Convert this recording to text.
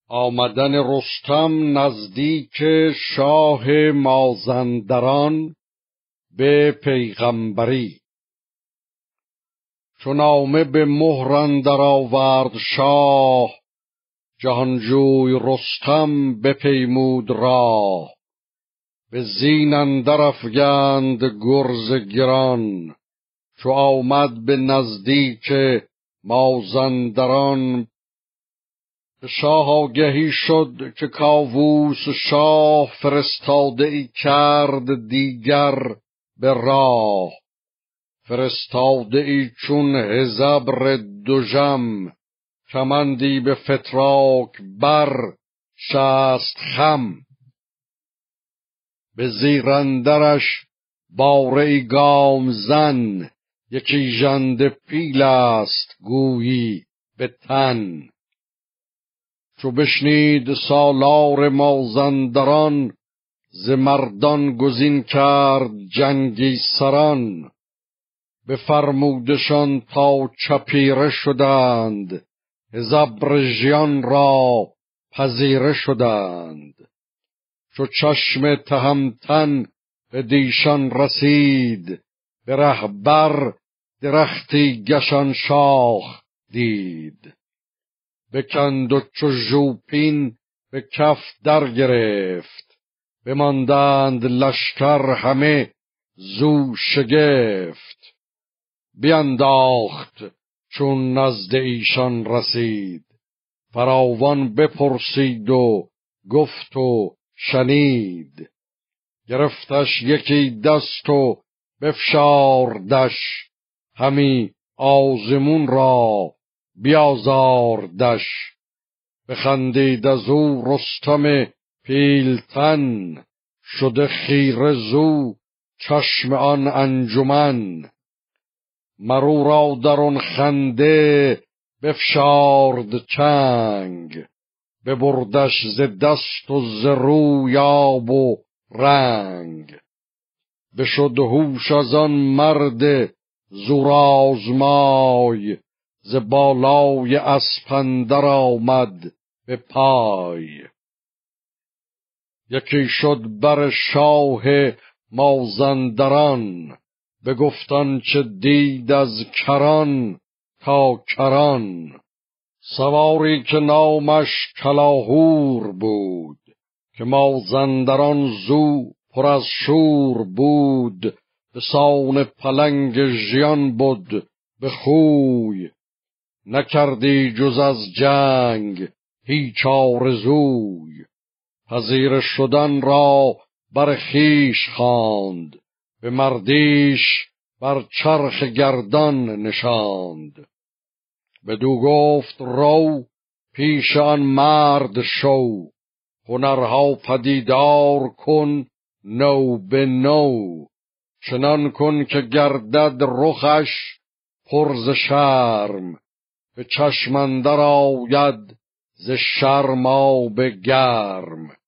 آمدن رستم نزدیک شاه مازندران به پیغمبری. چون نامه به مهر اندر آورد شاه، جهانجوی رستم بپیمود راه. به زین اندر افگند گرز گران، چو آمد به نزدیک مازندران. به شاه آگهی شد که کاووس شاه، فرستاده ای کرد دیگر به راه. فرستاده ای چون هژبر دژم، کمندی به فتراک بر 60 خم. به زیر اندرش باره ای گام زن، یکی ژنده پیل است گویی به تن. چو بشنید سالار مازندران، ز مردان گزین کرد جنگی سران. بفرمودشان تا چپیره شدند، هژبر ژیان را پذیره شدند. چو چشم تهمتن به دیشان رسید، به رهبر درختی گشن شاخ دید. بکند و چو ژوپین به کف در گرفت، بماندند لشکر همه زو شگفت. بینداخت چون نزد ایشان رسید، فراوان بپرسید و گفت و شنید. گرفتش یکی دست و بفشاردش، همی آزمون را بیازاردش. بخندید از او رستم پیلتن، شده خیره زو چشم آن انجمن. مرو را در آن خنده بفشارد چنگ، ببردش ز دست و ز روی آب و رنگ. بشد هوش از آن مرد زورآزمای، ز بالای اسپ اندر آمد به پای. یکی شد بر شاه مازندران، بگفت آنچه دید از کران تا کران. سواری که نامش کلاهور بود، که مازندران زو پر از شور بود. به سان پلنگ ژیان بود به خوی، نکردی جز از جنگ هیچ آرزوی. پذیره شدن را بر خویش خواند، به مردیش بر چرخ گردان نشاند. بدو گفت رو پیش آن مرد شو، هنرها پدیدار کن نو به نو. چنان کن که گردد رخش پر ز شرم، به چشم اندر آید ز شرم آب گرم.